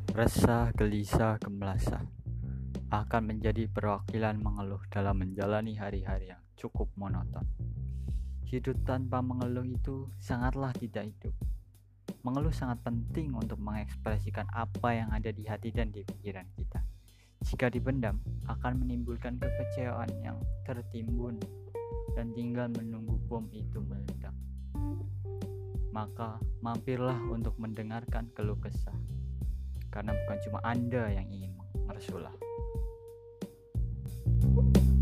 Resah, gelisah, gemelasah akan menjadi perwakilan mengeluh dalam menjalani hari-hari yang cukup monoton. Hidup tanpa mengeluh itu sangatlah tidak hidup. Mengeluh sangat penting untuk mengekspresikan apa yang ada di hati dan di pikiran kita. Jika dipendam, akan menimbulkan kekecewaan yang tertimbun dan tinggal menunggu bom itu meledak. Maka mampirlah untuk mendengarkan keluh kesah, karena bukan cuma Anda yang ingin mengersulah.